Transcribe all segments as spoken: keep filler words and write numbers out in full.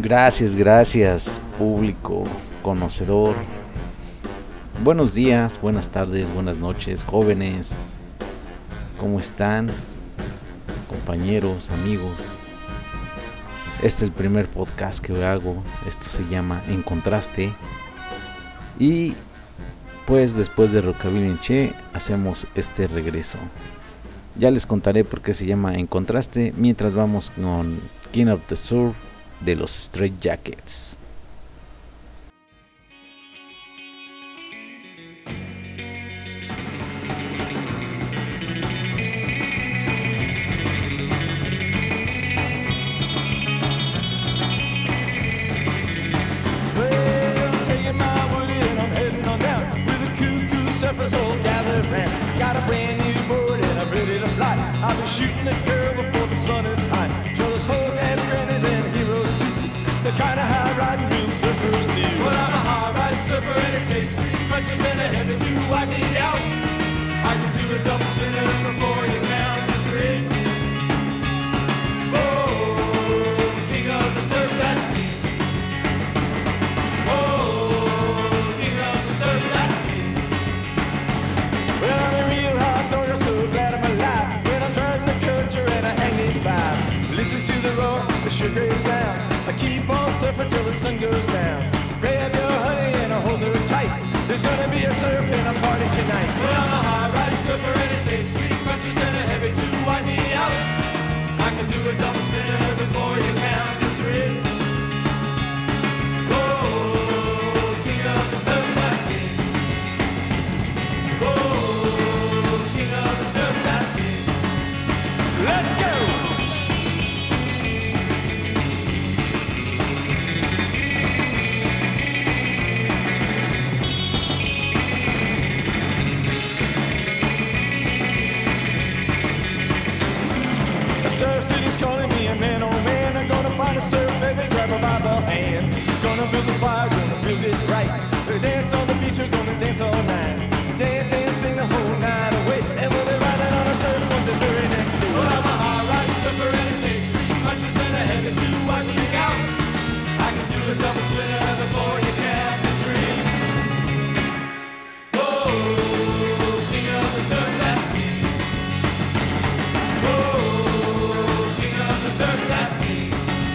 Gracias, gracias, público conocedor. Buenos días, buenas tardes, buenas noches, jóvenes. ¿Cómo están? Compañeros, amigos. Este es el primer podcast que hago. Esto se llama En Contraste. Y pues después de Rockabilly en Che, hacemos este regreso. Ya les contaré por qué se llama En Contraste, mientras vamos con King of the Surf de los Straight Jackets. Shooting a girl before the sun is high. Shows whole dance grannies and heroes too. The kind of high riding real surfers do. But I'm a high riding surfer and it takes three punches and a heavy to wipe me out. I can do a double spinner before you count to three. Oh, king of the surf, that's me. Oh, king of the surf, that's me. Well, I'm a real hot dog, I'm so glad I'm alive. Listen to the roar, the sugar sound. I keep on surfing till the sun goes down. Grab your honey and I'll hold her tight. There's gonna be a surf and a party tonight. Well, I'm a high riding surfer and it takes three punches and a heavy to wipe me out. I can do a double spinner before you count to three. Whoa, king of the surf, that's me. Whoa, king of the surf, that's me. Let's go! Surf City's calling me a man, oh man. I'm gonna find a surf, baby, grab her by the hand. Gonna build a fire, gonna build it right. We'll dance on the beach, we're gonna dance all night. Dance and sing the whole night away. And we'll be riding on a surfboard the very next day. Well, I'm a high riding surfer and it takes three punches and a heavy to wipe me out. I can do a double spinner before you count to three. Oh, king of the surf, that's me. Surf, that's me.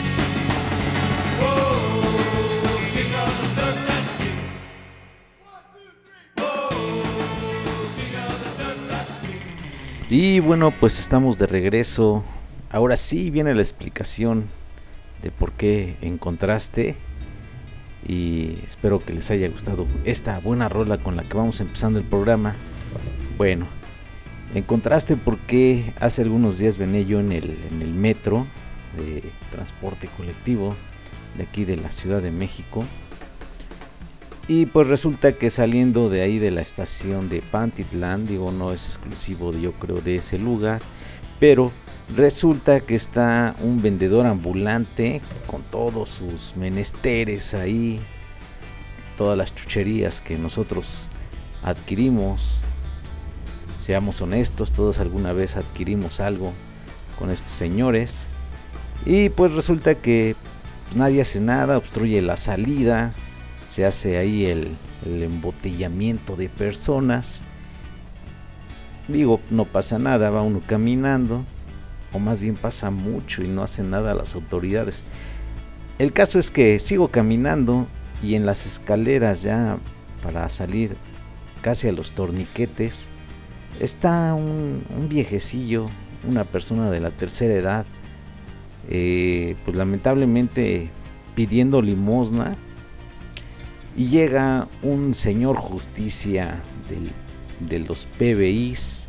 Whoa, king of the surf, that's me. One, two, three. Whoa, king of the surf, that's me. Y bueno, pues estamos de regreso. Ahora sí viene la explicación de por qué En Contraste. Y espero que les haya gustado esta buena rola con la que vamos empezando el programa. Bueno, En Contraste porque hace algunos días venía yo en el, en el metro de transporte colectivo de aquí de la Ciudad de México. Y pues resulta que saliendo de ahí de la estación de Pantitlán, digo, no es exclusivo yo creo de ese lugar, pero resulta que está un vendedor ambulante con todos sus menesteres ahí, todas las chucherías que nosotros adquirimos. Seamos honestos, todos alguna vez adquirimos algo con estos señores. Y pues resulta que pues, nadie hace nada, obstruye la salida. Se hace ahí el, el embotellamiento de personas. Digo, no pasa nada, va uno caminando. O más bien pasa mucho y no hacen nada las autoridades. El caso es que sigo caminando y en las escaleras ya para salir casi a los torniquetes está un, un viejecillo, una persona de la tercera edad, eh, pues lamentablemente pidiendo limosna, y llega un señor justicia del, de los P B Is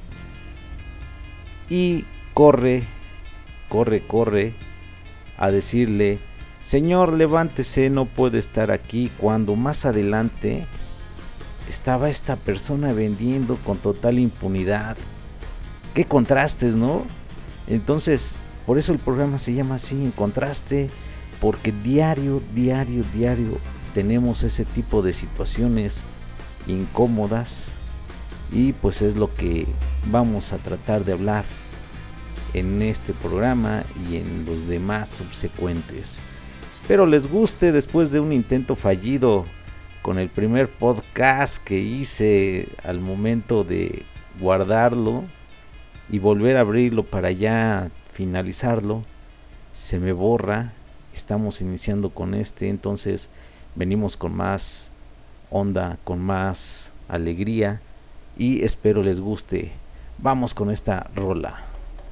y corre, corre, corre a decirle: señor, levántese, no puede estar aquí, cuando más adelante estaba esta persona vendiendo con total impunidad. Qué contrastes, ¿no? Entonces, por eso el programa se llama así, En Contraste, porque diario, diario, diario tenemos ese tipo de situaciones incómodas, y pues es lo que vamos a tratar de hablar en este programa y en los demás subsecuentes. Espero les guste después de un intento fallido con el primer podcast que hice al momento de guardarlo y volver a abrirlo para ya finalizarlo. Se me borra. Estamos iniciando con este, entonces venimos con más onda, con más alegría y espero les guste. Vamos con esta rola.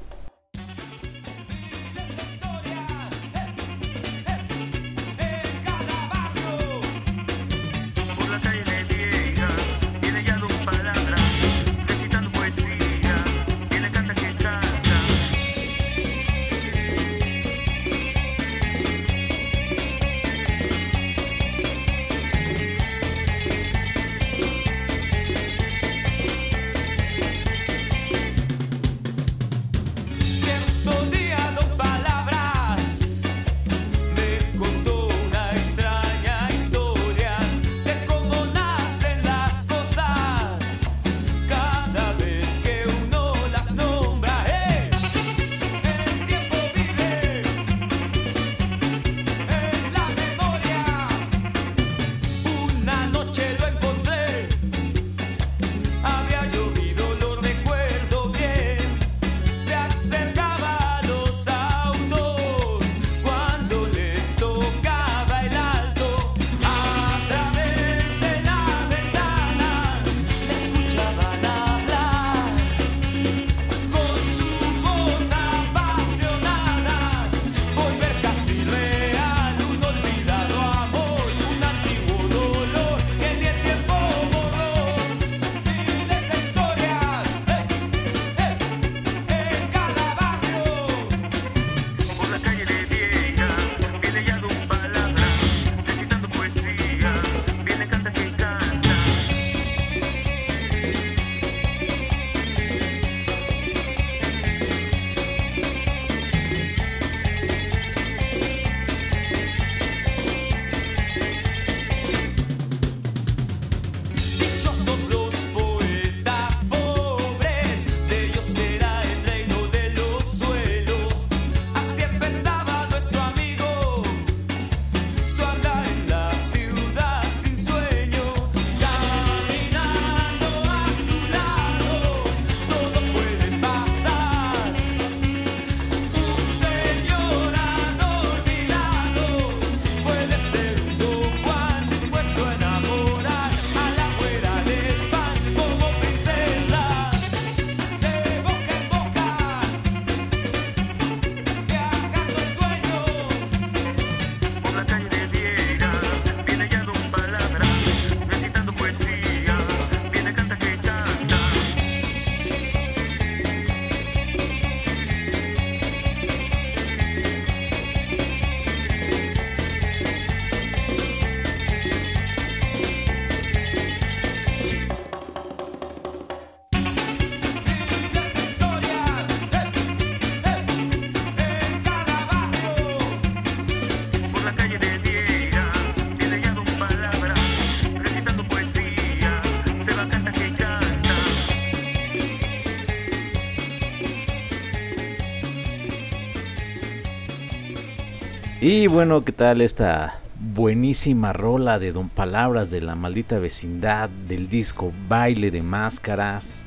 Y bueno, ¿qué tal esta buenísima rola de Don Palabras de La Maldita Vecindad, del disco Baile de Máscaras,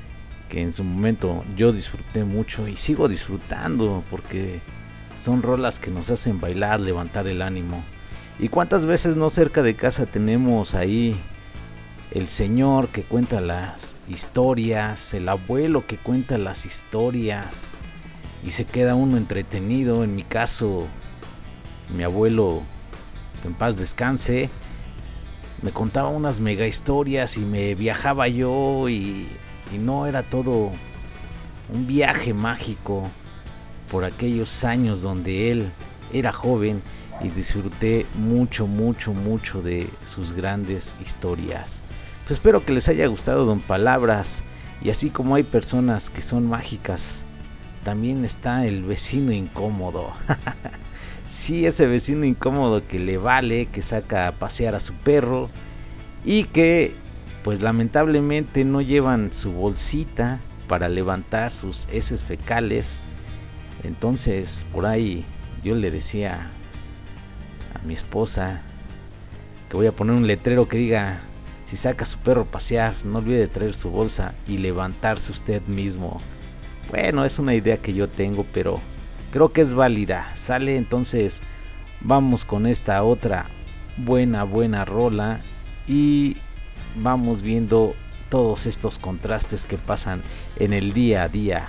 que en su momento yo disfruté mucho y sigo disfrutando porque son rolas que nos hacen bailar, levantar el ánimo? ¿Y cuántas veces no cerca de casa tenemos ahí el señor que cuenta las historias, el abuelo que cuenta las historias y se queda uno entretenido? En mi caso, mi abuelo, que en paz descanse, me contaba unas mega historias y me viajaba yo y, y no era todo un viaje mágico por aquellos años donde él era joven y disfruté mucho, mucho, mucho de sus grandes historias. Pues espero que les haya gustado Don Palabras, y así como hay personas que son mágicas, también está el vecino incómodo. Sí, ese vecino incómodo que le vale, que saca a pasear a su perro y que pues lamentablemente no llevan su bolsita para levantar sus heces fecales. Entonces por ahí yo le decía a mi esposa que voy a poner un letrero que diga: si saca a su perro a pasear, no olvide de traer su bolsa y levantarse usted mismo. Bueno, es una idea que yo tengo, pero creo que es válida. Sale, entonces vamos con esta otra buena, buena rola y vamos viendo todos estos contrastes que pasan en el día a día.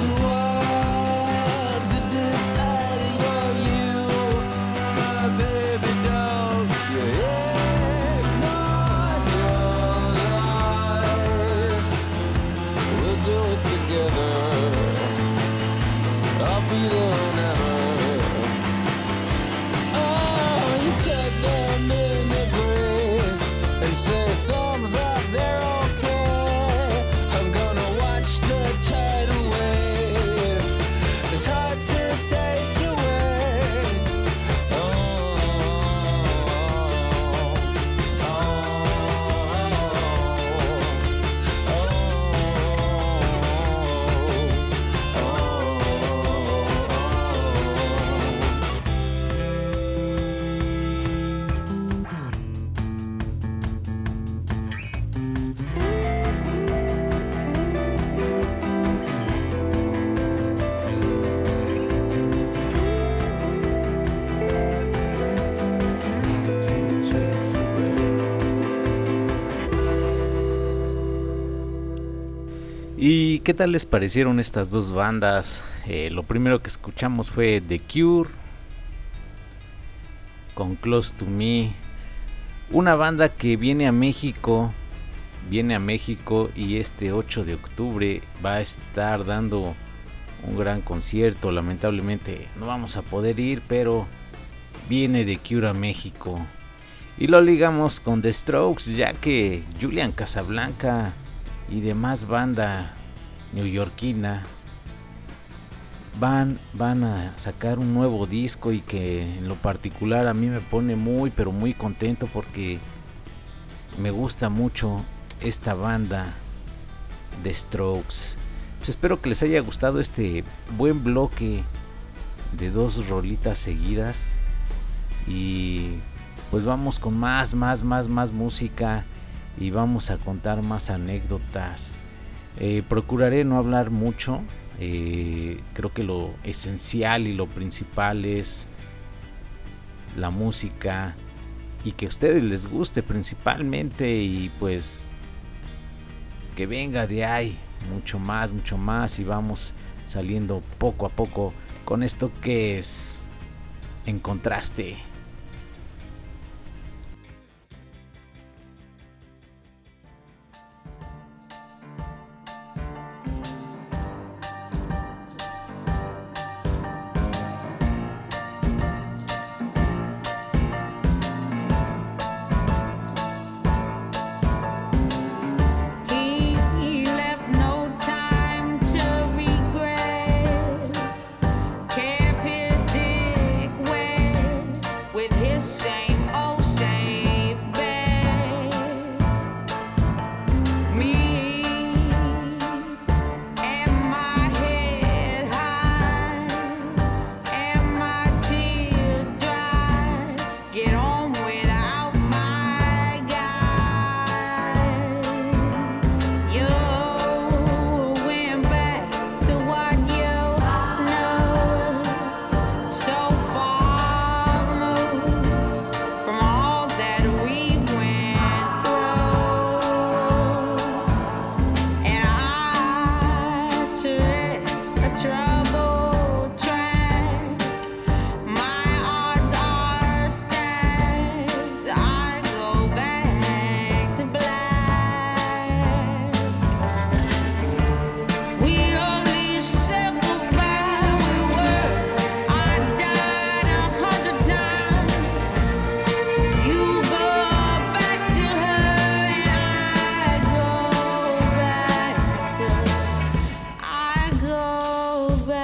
¿Y qué tal les parecieron estas dos bandas? Eh, lo primero que escuchamos fue The Cure con Close to Me, una banda que viene a México, viene a México y este ocho de octubre va a estar dando un gran concierto. Lamentablemente no vamos a poder ir, pero viene The Cure a México. Y lo ligamos con The Strokes, ya que Julian Casablanca y demás banda neoyorquina van, van a sacar un nuevo disco, y que en lo particular a mí me pone muy pero muy contento porque me gusta mucho esta banda The Strokes. Pues espero que les haya gustado este buen bloque de dos rolitas seguidas, y pues vamos con más, más, más, más música, y vamos a contar más anécdotas. Eh, procuraré no hablar mucho. Eh, creo que lo esencial y lo principal es la música, y que a ustedes les guste principalmente, y pues que venga de ahí mucho más, mucho más, y vamos saliendo poco a poco con esto que es En Contraste. Go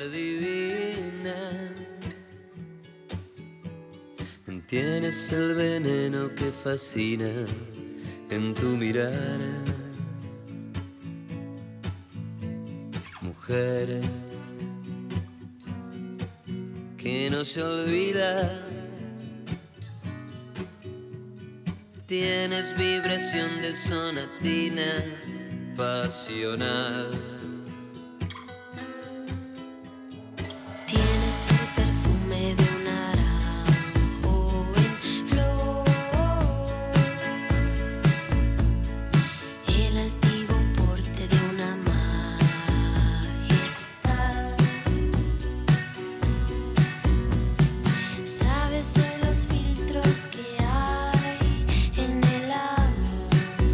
mujer divina. Tienes el veneno que fascina en tu mirar. Mujer que no se olvida. Tienes vibración de sonatina pasional. Tienes el perfume de un naranjo en flor, el altivo porte de una majestad. Sabes de los filtros que hay en el amor.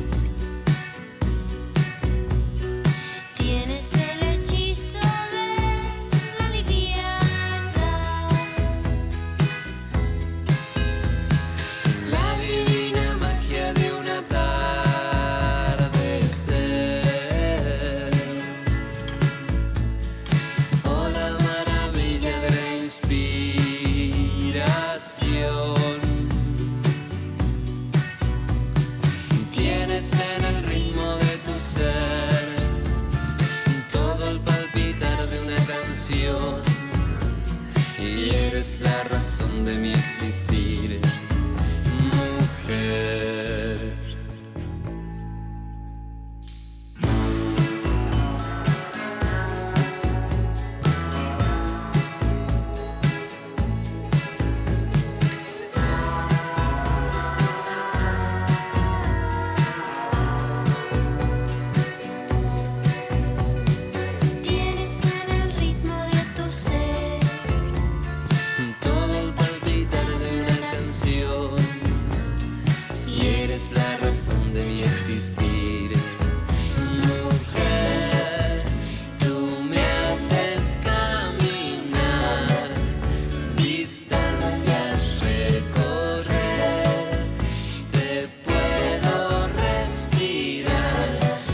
Tienes el hechizo de la liviandad, La divina magia de un atardecer, o la maravilla de la inspiración. Tienes en el ritmo de tu ser todo el palpitar de una canción, y eres la razón de mi existir, mujer. tienes en el ritmo de tu ser Todo el palpitar de una canción, y eres la razón de mi existir, mujer. Tú me haces caminar, distancias recorrer, te puedo respirar,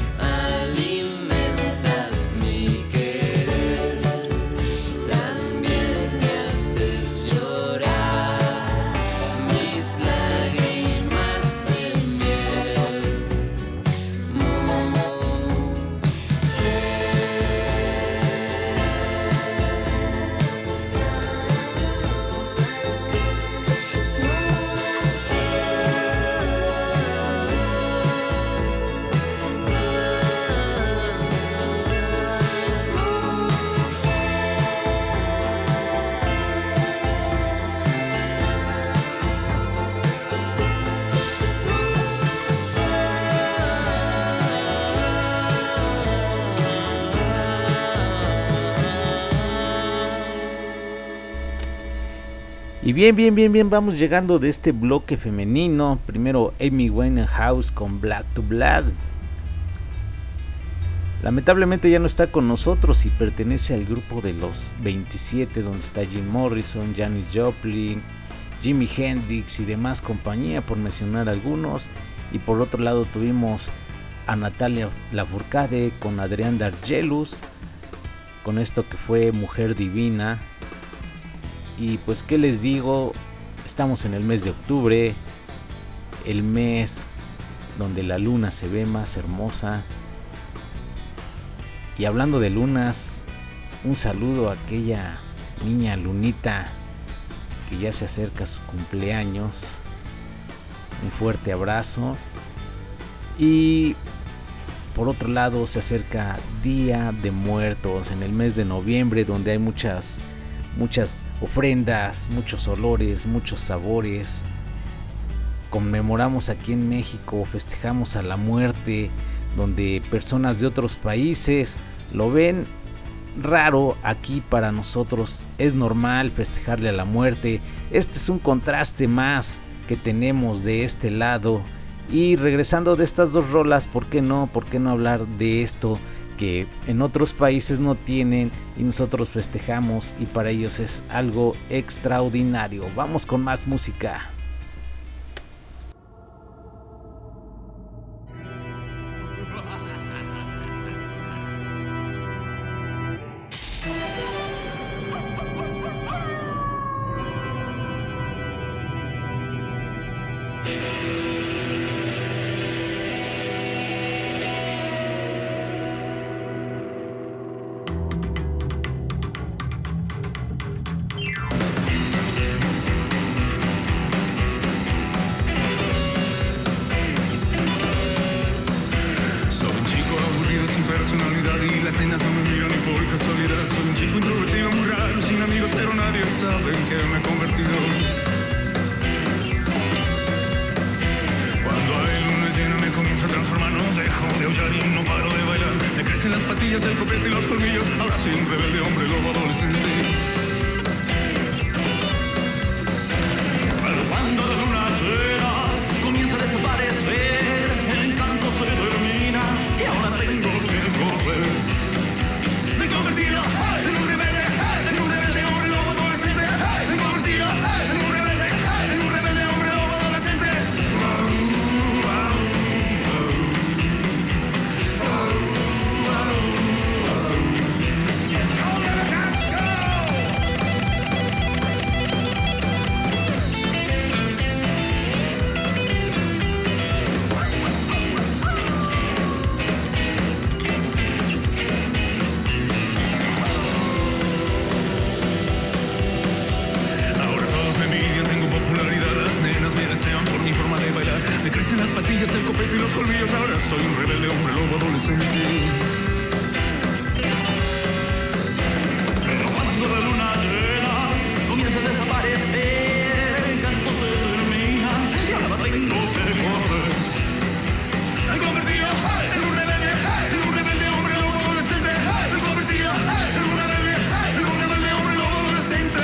alimentas mi querer, también me haces llorar mis lágrimas de miel, Y bien, bien, bien, bien, vamos llegando de este bloque femenino. Primero Amy Winehouse con Black to Black. Lamentablemente ya no está con nosotros y pertenece al grupo de los veintisiete, donde está Jim Morrison, Janis Joplin, Jimi Hendrix y demás compañía, por mencionar algunos. Y por otro lado tuvimos a Natalia Lafourcade con Adrián D'Argelus, con esto que fue Mujer Divina. Y pues qué les digo, estamos en el mes de octubre, el mes donde la luna se ve más hermosa. Y hablando de lunas, un saludo a aquella niña lunita que ya se acerca a su cumpleaños. Un fuerte abrazo. Y por otro lado se acerca Día de Muertos en el mes de noviembre, donde hay muchas muchas ofrendas, muchos olores, muchos sabores. Conmemoramos aquí en México, festejamos a la muerte, donde personas de otros países lo ven raro. Aquí para nosotros es normal festejarle a la muerte. Este es un contraste más que tenemos de este lado. Y regresando de estas dos rolas, ¿por qué no? ¿Por qué no hablar de esto que en otros países no tienen y nosotros festejamos, y para ellos es algo extraordinario? Vamos con más música. saben que me he convertido. Cuando hay luna llena me comienzo a transformar, no dejo de aullar y no paro de bailar. Me crecen las patillas, el copete y los colmillos, ahora soy un rebelde hombre lobo adolescente. Pero cuando la luna llena comienza a desaparecer, el encanto se termina y ahora tengo que correr. Me he convertido en un rebelde, en un rebelde hombre lobo adolescente. Me he convertido en un rebelde, en un rebelde hombre lobo adolescente. Me crecen las patillas, el copete y los colmillos, ahora soy un rebelde hombre lobo adolescente. Pero cuando la luna llena comienza a desaparecer, el encanto se termina y ahora tengo que correr. Me he convertido en un rebelde, en un rebelde hombre lobo adolescente. Me he convertido en un rebelde, en un rebelde hombre lobo adolescente.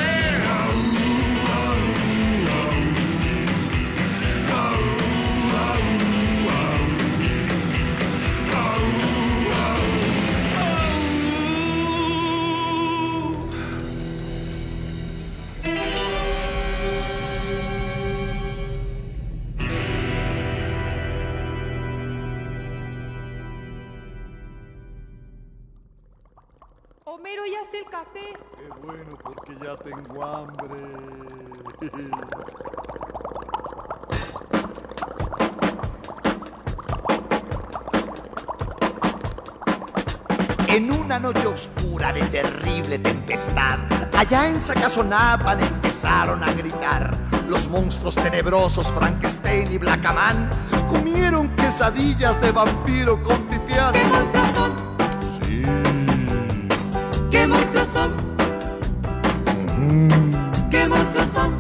Homero, ya está el café. Qué bueno, porque ya tengo hambre. En una noche oscura de terrible tempestad, allá en Sacazonapan empezaron a gritar. Los monstruos tenebrosos Frankenstein y Blackaman comieron quesadillas de vampiro con pipián. ¿Qué monstruos son? Sí. ¿Qué monstruos son? Mm. ¿Qué monstruos son?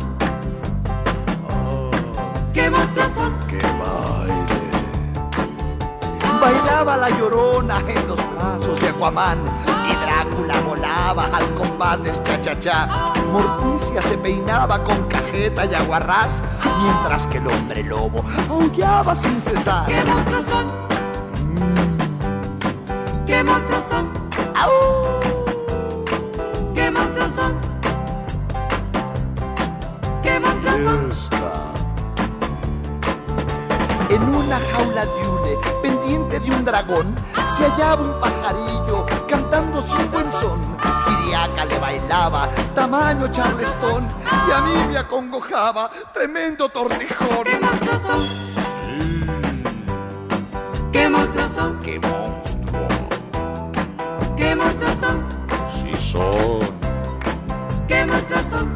¿Qué monstruos son? ¡Qué baile! Bailaba la Llorona en los brazos de Aquaman y Drácula volaba al compás del cha-cha-cha. Morticia se peinaba con cajeta y aguarrás, mientras que el hombre lobo aullaba sin cesar. ¿Qué monstruos son? Mm. ¿Qué monstruos son? ¡Au! ¿Qué monstruos son? ¿Qué monstruos son? Esta. En una jaula de hule, pendiente de un dragón, se hallaba un pajarillo cantando su buen son. Siriaca le bailaba, tamaño charlestón, y a mí me acongojaba, tremendo tortijón. ¿Qué monstruos son? ¿Qué monstruos son? ¡Qué monstruo! ¿Qué monstruos son? Sí son. ¿Qué monstruos son?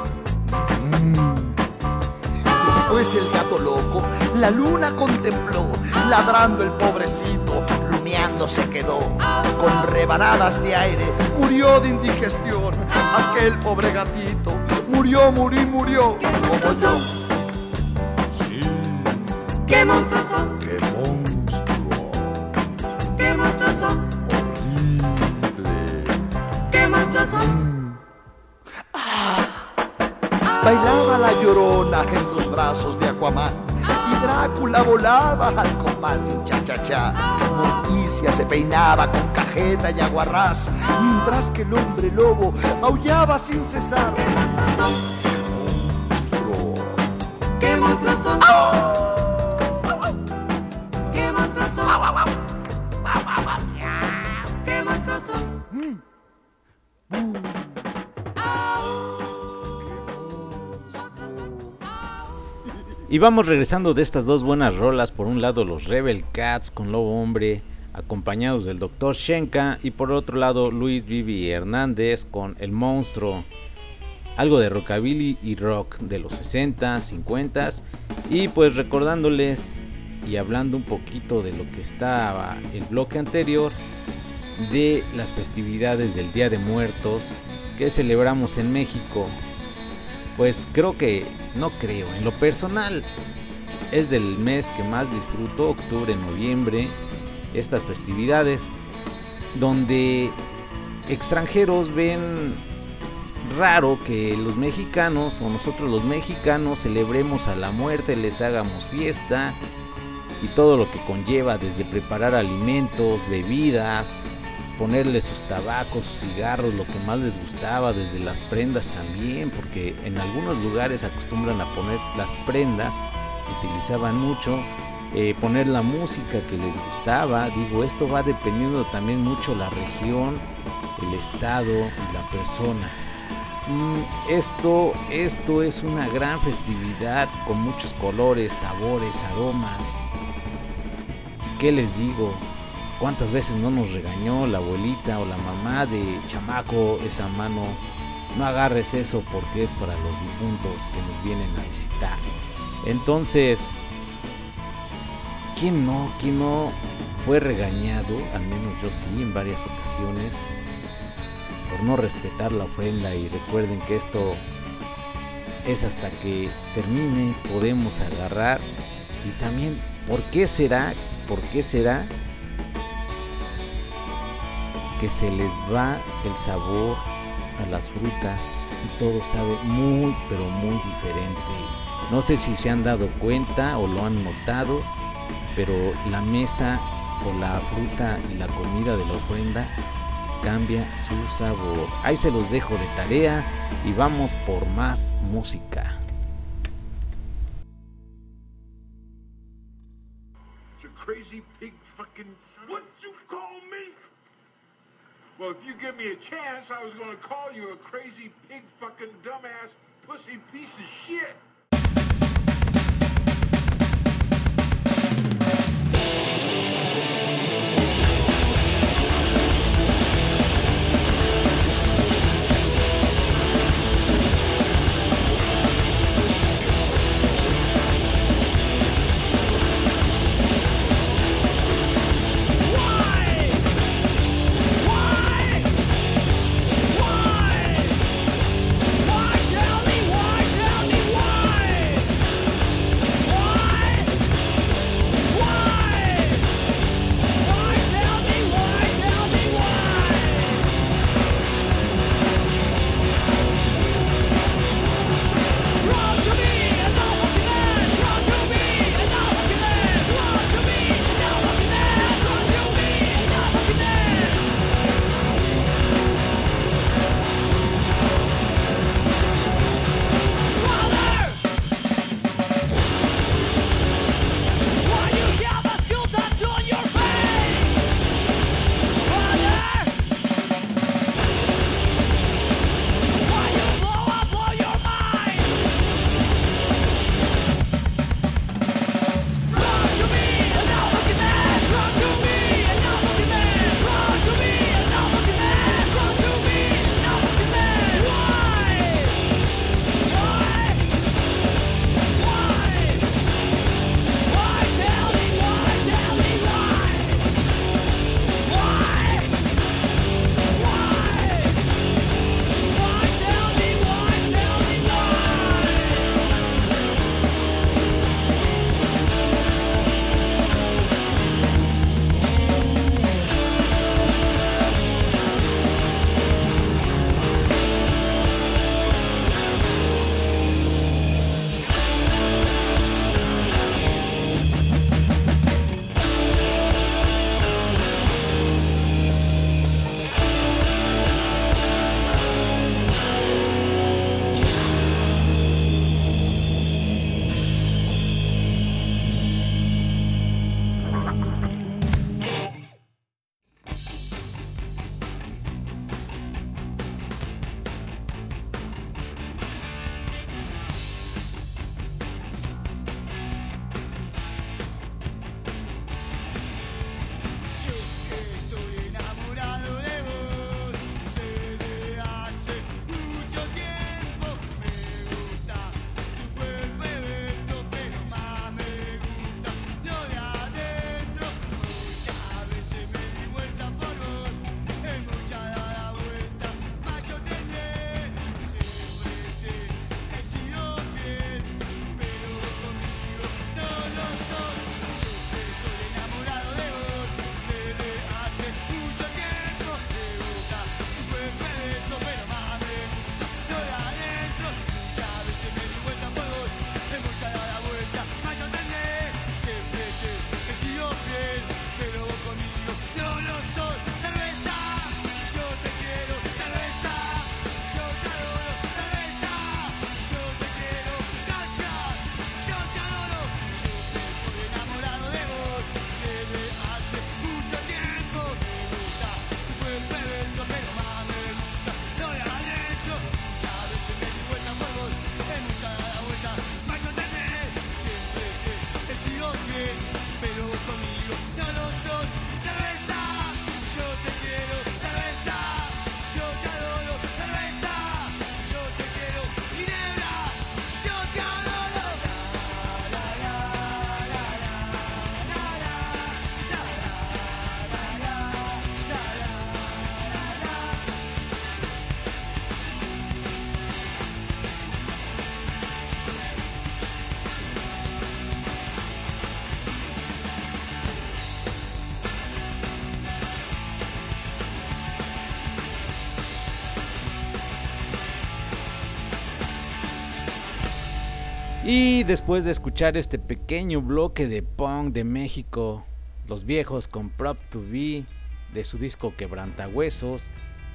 Después el gato loco la luna contempló, ladrando el pobrecito, lumeando se quedó. Con rebanadas de aire murió de indigestión. Aquel pobre gatito murió, murió y murió, ¿Qué como monstruos yo. son? Sí. ¿Qué monstruos son? ¡Qué monstruo! ¿Qué monstruos son? Horrible. ¿Qué monstruos son? Bailaba la Llorona en los brazos de Aquaman y Drácula volaba al compás de un cha-cha-cha. Morticia se peinaba con cajeta y aguarrás, mientras que el hombre lobo aullaba sin cesar. Monstruo. ¿Qué monstruos son? ¿Qué monstruos son? ¿Qué monstruos son? Y vamos regresando de estas dos buenas rolas. Por un lado los Rebel Cats con Lobo Hombre, acompañados del doctor Shenka, y por otro lado Luis Vivi Hernández con El Monstruo. Algo de rockabilly y rock de los sesenta, cincuenta, y pues recordándoles y hablando un poquito de lo que estaba el bloque anterior, de las festividades del Día de Muertos, ¿Qué celebramos en México? Pues creo que, no creo, en lo personal es del mes que más disfruto, octubre, noviembre, estas festividades, donde extranjeros ven raro que los mexicanos o nosotros los mexicanos celebremos a la muerte, les hagamos fiesta y todo lo que conlleva, desde preparar alimentos, bebidas, ponerle sus tabacos, sus cigarros, lo que más les gustaba, desde las prendas también, porque en algunos lugares acostumbran a poner las prendas, utilizaban mucho, eh, poner la música que les gustaba. Digo, esto va dependiendo también mucho la región, el estado y la persona. Mm, esto, esto es una gran festividad con muchos colores, sabores, aromas. ¿Qué les digo? ¿Cuántas veces no nos regañó la abuelita o la mamá de chamaco, esa mano? No agarres eso porque es para los difuntos que nos vienen a visitar. Entonces, ¿quién no? ¿Quién no fue regañado? Al menos yo sí, en varias ocasiones, por no respetar la ofrenda. Y recuerden que esto es hasta que termine, podemos agarrar. Y también, ¿por qué será? ¿Por qué será que se les va el sabor a las frutas y todo sabe muy pero muy diferente? No sé si se han dado cuenta o lo han notado, pero la mesa con la fruta y la comida de la ofrenda cambia su sabor. Ahí se los dejo de tarea y vamos por más música. Crazy pig fucking son. What you call me? Well, if you give me a chance, I was gonna call you a crazy pig fucking dumbass pussy piece of shit. Why? Why? Tell me why? Tell me why? Y después de escuchar este pequeño bloque de punk de México, los viejos con Prop to Be, de su disco Quebrantahuesos,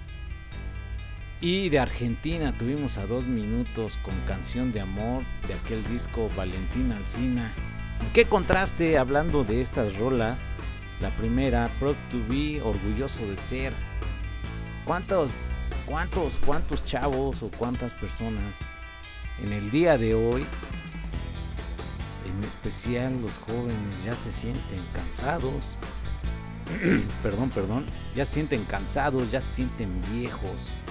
y de Argentina tuvimos a Dos Minutos con Canción de Amor, de aquel disco Valentín Alsina. Qué contraste hablando de estas rolas. La primera, Prop to Be, Orgulloso de Ser. ¿Cuántos, cuántos, cuántos chavos o cuántas personas en el día de hoy, en especial los jóvenes, ya se sienten cansados? perdón, perdón, ya se sienten cansados, ya se sienten viejos.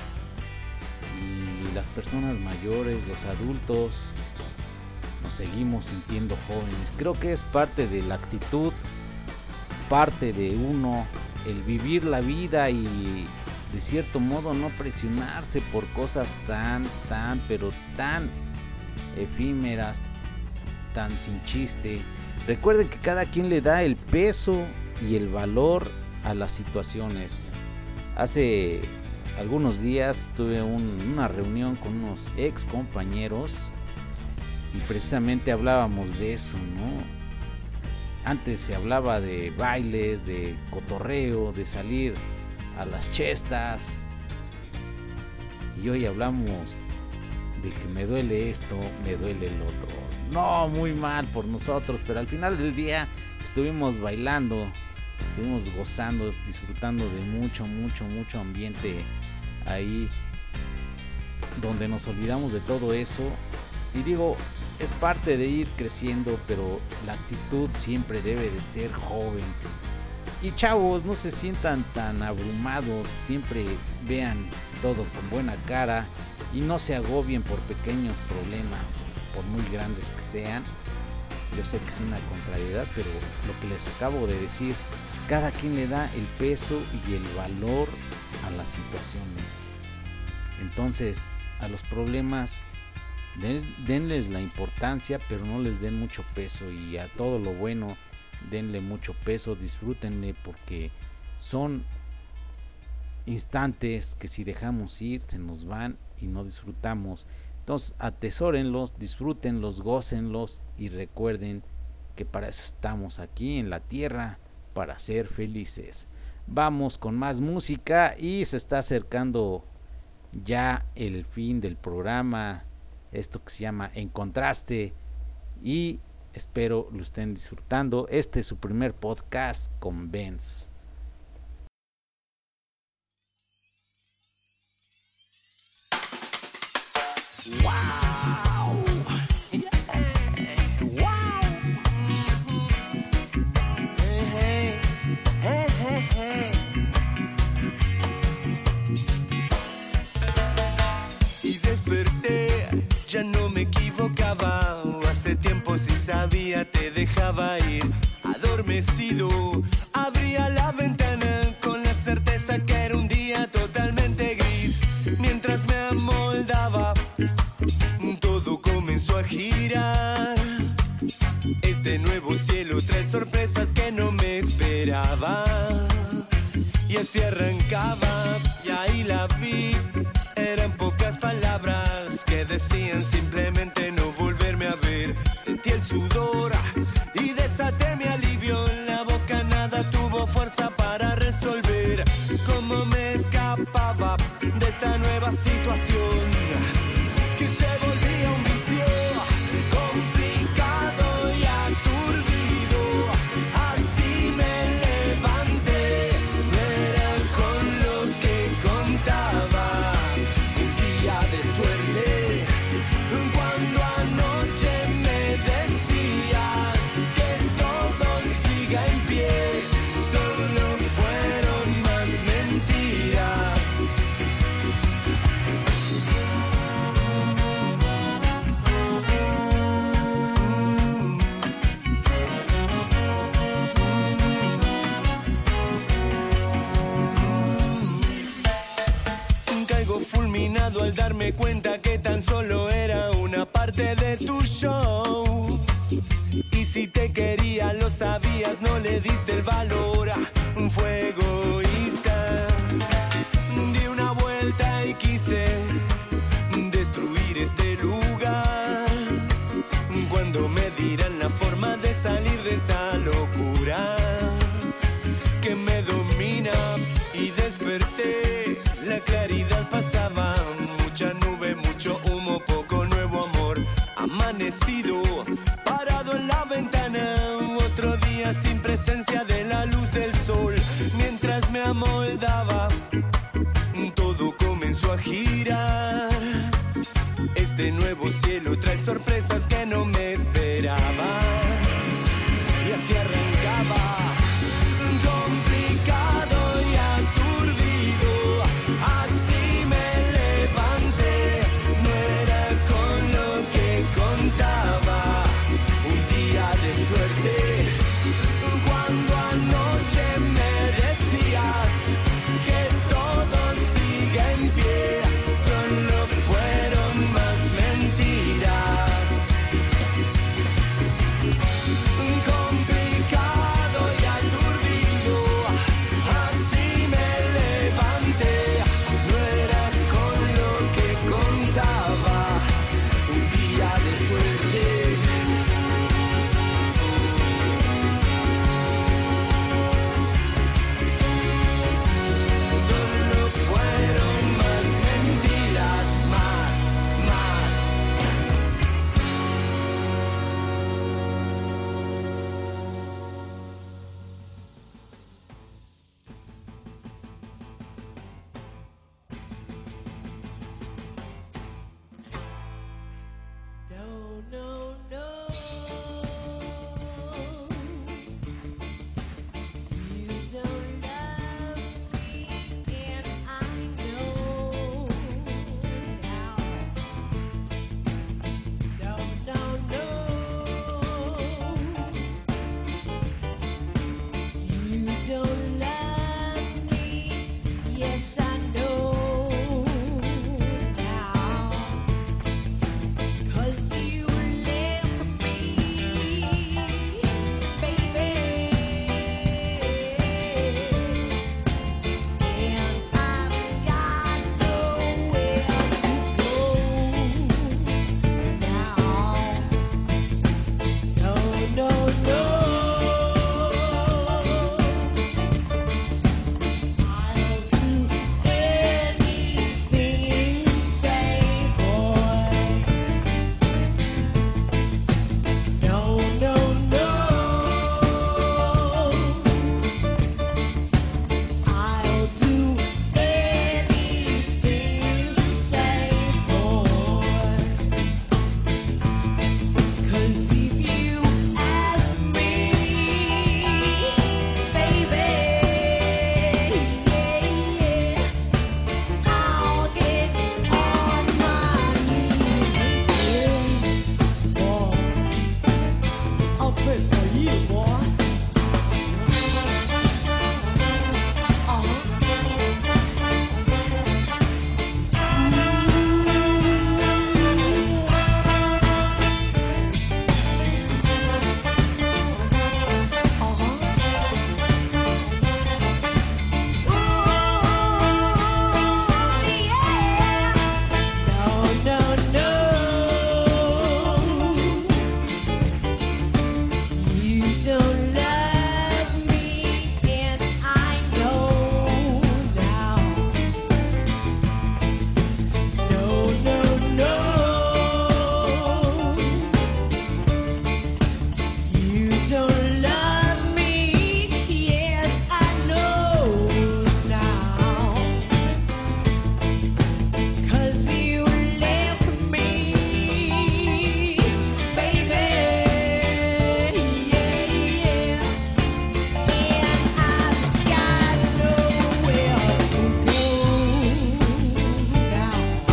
Y las personas mayores, los adultos, nos seguimos sintiendo jóvenes. Creo que es parte de la actitud, parte de uno, el vivir la vida y de cierto modo no presionarse por cosas tan, tan, pero tan efímeras, tan sin chiste. Recuerden que cada quien le da el peso y el valor a las situaciones. Hace algunos días tuve un, una reunión con unos ex compañeros y precisamente hablábamos de eso, ¿no? Antes se hablaba de bailes, de cotorreo, de salir a las chestas, y hoy hablamos de que me duele esto, me duele el otro. No, muy mal por nosotros, pero al final del día estuvimos bailando, estuvimos gozando, disfrutando de mucho, mucho, mucho ambiente ahí, donde nos olvidamos de todo eso. Y digo, es parte de ir creciendo, pero la actitud siempre debe de ser joven. Y chavos, no se sientan tan abrumados, siempre vean todo con buena cara y no se agobien por pequeños problemas, por muy grandes que sean. Yo sé que es una contrariedad, pero lo que les acabo de decir, cada quien le da el peso y el valor a las situaciones. Entonces, a los problemas denles la importancia, pero no les den mucho peso, y a todo lo bueno denle mucho peso, disfrútenle, porque son instantes que si dejamos ir se nos van y no disfrutamos. Entonces atesórenlos, disfrútenlos, gócenlos y recuerden que para eso estamos aquí en la tierra, para ser felices. Vamos con más música y se está acercando ya el fin del programa, esto que se llama En Contraste, y espero lo estén disfrutando. Este es su primer podcast con Benz. Wow. Yeah. Wow. Hey, hey, hey, hey. Y desperté, ya no me equivocaba. Hace tiempo sí sabía, te dejaba ir. Adormecido, abría la ventana con la certeza que era un día totalmente gris. Mientras me amoldaba, todo comenzó a girar. Este nuevo cielo trae sorpresas que no me esperaba. Y así arrancaba, y ahí la vi. Eran pocas palabras que decían simplemente no volverme a ver. Sentí el sudor y desaté mi alivio. La boca nada tuvo fuerza para resolver cómo me escapaba de esta nueva situación que se volvía un vicio complicado y aturdido. Así me levanté, no era con lo que contaba. Un día de suerte, cuando anoche me decías que todo siga en pie, solo fueron más mentiras. Caigo fulminado al darme cuenta que tan solo era una parte de tu show. Y si te quería lo sabías, no le diste el valor. Fue egoísta. Di una vuelta y quise destruir este lugar. claridad pasaba, mucha nube, mucho humo, poco nuevo amor. Amanecido, parado en la ventana, otro día sin presencia de la luz del sol. Mientras me amoldaba, todo comenzó a girar. Este nuevo cielo trae sorpresas que no me esperaba. Y así arrancaba, complicado y aturdido. Así me levanté, no era con lo que contaba. Un día de suerte, cuando anoche me decías que todo sigue en pie, solo fueron más mentiras. Complicado y aturdido, así me levanté, no era con lo que contaba. Un día de suerte. Solo fueron más mentiras, más, más. No, no, no. You don't love me, and I know now. No, no, no. You don't love me. Yes, I know now. 'Cause you left me, baby, and I've got nowhere to go now. No, no, no. I'll do anything you say, boy. No, no, no. I'll do anything you say, boy. 'Cause if you ask me, baby, yeah, yeah, I'll get on my knees and pray, boy. I'll pray for you, boy. No, no, no. You don't love me, and I know now. No, no, no. You don't love me. Yes, I know now. 'Cause you left me, baby, yeah, yeah, and I've got nowhere to go now.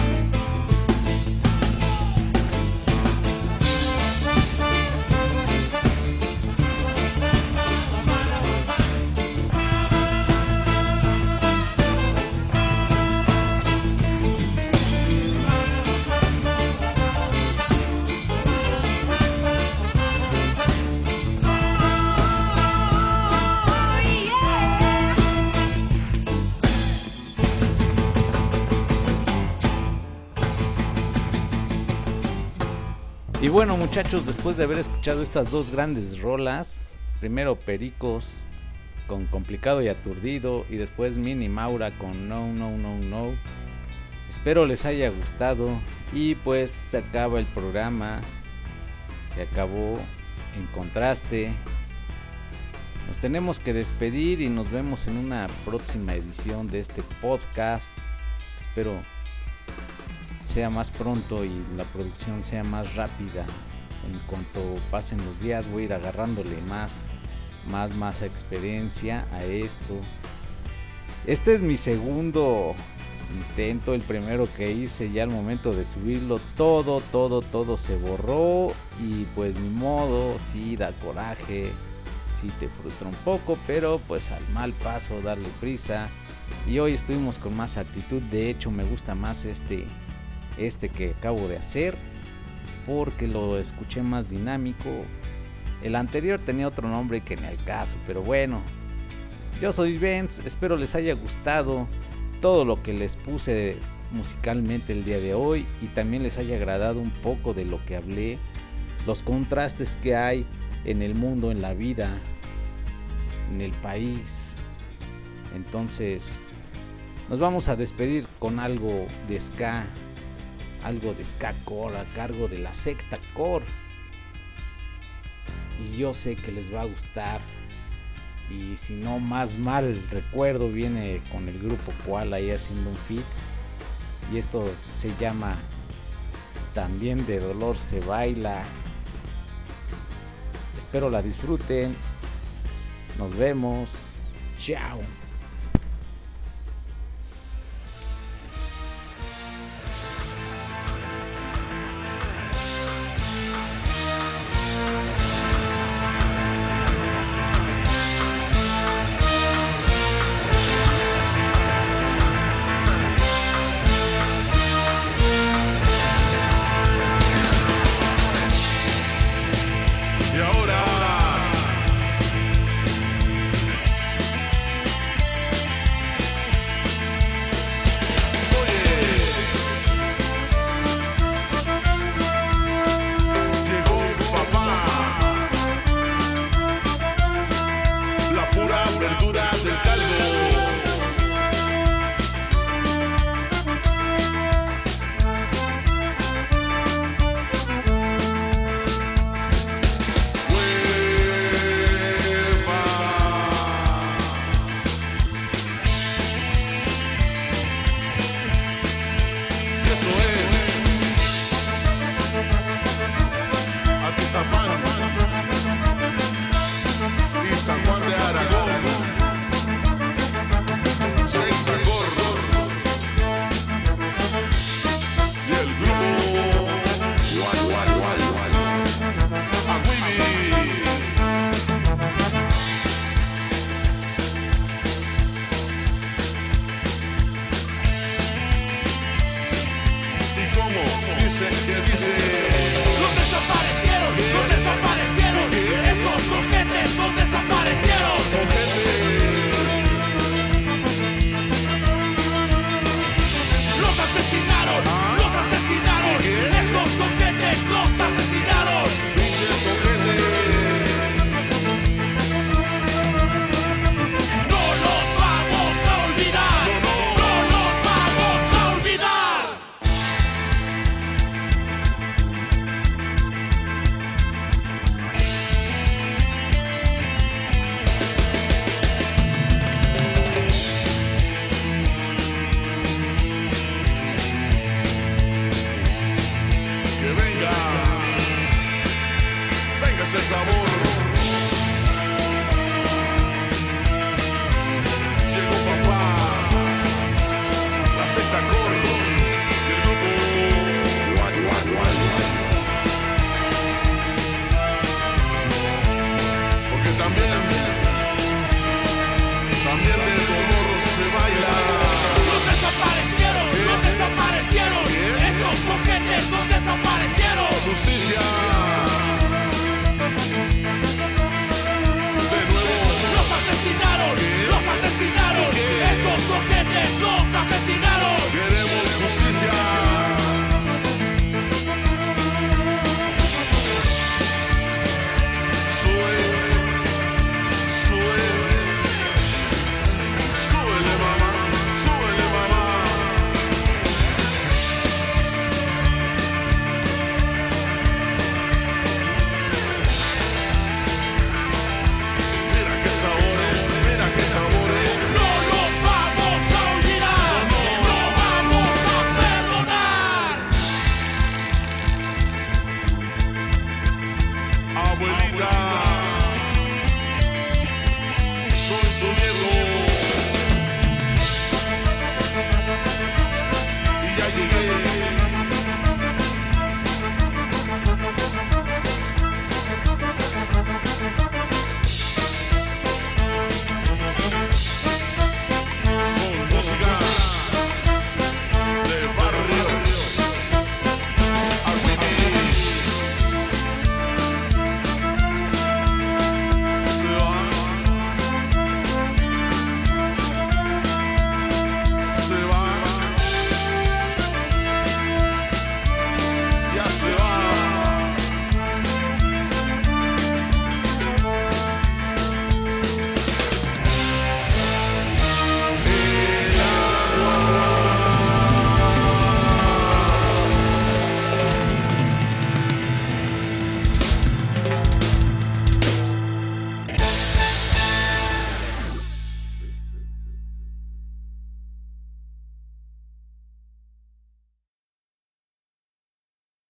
Y bueno, muchachos, después de haber escuchado estas dos grandes rolas, primero Pericos con Complicado y Aturdido, y después Mini Maura con No, No, No, No. Espero les haya gustado y pues se acaba el programa, se acabó En Contraste. Nos tenemos que despedir y nos vemos en una próxima edición de este podcast. Espero sea más pronto y la producción sea más rápida. En cuanto pasen los días voy a ir agarrándole más, más, más experiencia a esto. Este es mi segundo intento, el primero que hice ya al momento de subirlo, todo, todo, todo se borró y pues ni modo, sí da coraje, sí te frustra un poco, pero pues al mal paso darle prisa. Y hoy estuvimos con más actitud, de hecho me gusta más este, este que acabo de hacer, porque lo escuché más dinámico. El anterior tenía otro nombre que ni al caso, pero bueno. Yo soy Benz, espero les haya gustado todo lo que les puse musicalmente el día de hoy y también les haya agradado un poco de lo que hablé, los contrastes que hay en el mundo, en la vida, en el país. Entonces nos vamos a despedir con algo de ska, algo de ska core a cargo de la secta core, y yo sé que les va a gustar. Y si no más mal recuerdo, viene con el grupo Koala ahí haciendo un feat, y esto se llama También de Dolor se Baila. Espero la disfruten, nos vemos, chao. Y ahora dice, que dice. Los desaparecieron, los desaparecieron. Estos soquetes los desaparecieron. Los asesinaron, los asesinaron. Estos soquetes los asesinaron. No los vamos a olvidar. No los vamos a olvidar. Que venga, venga ese sabor.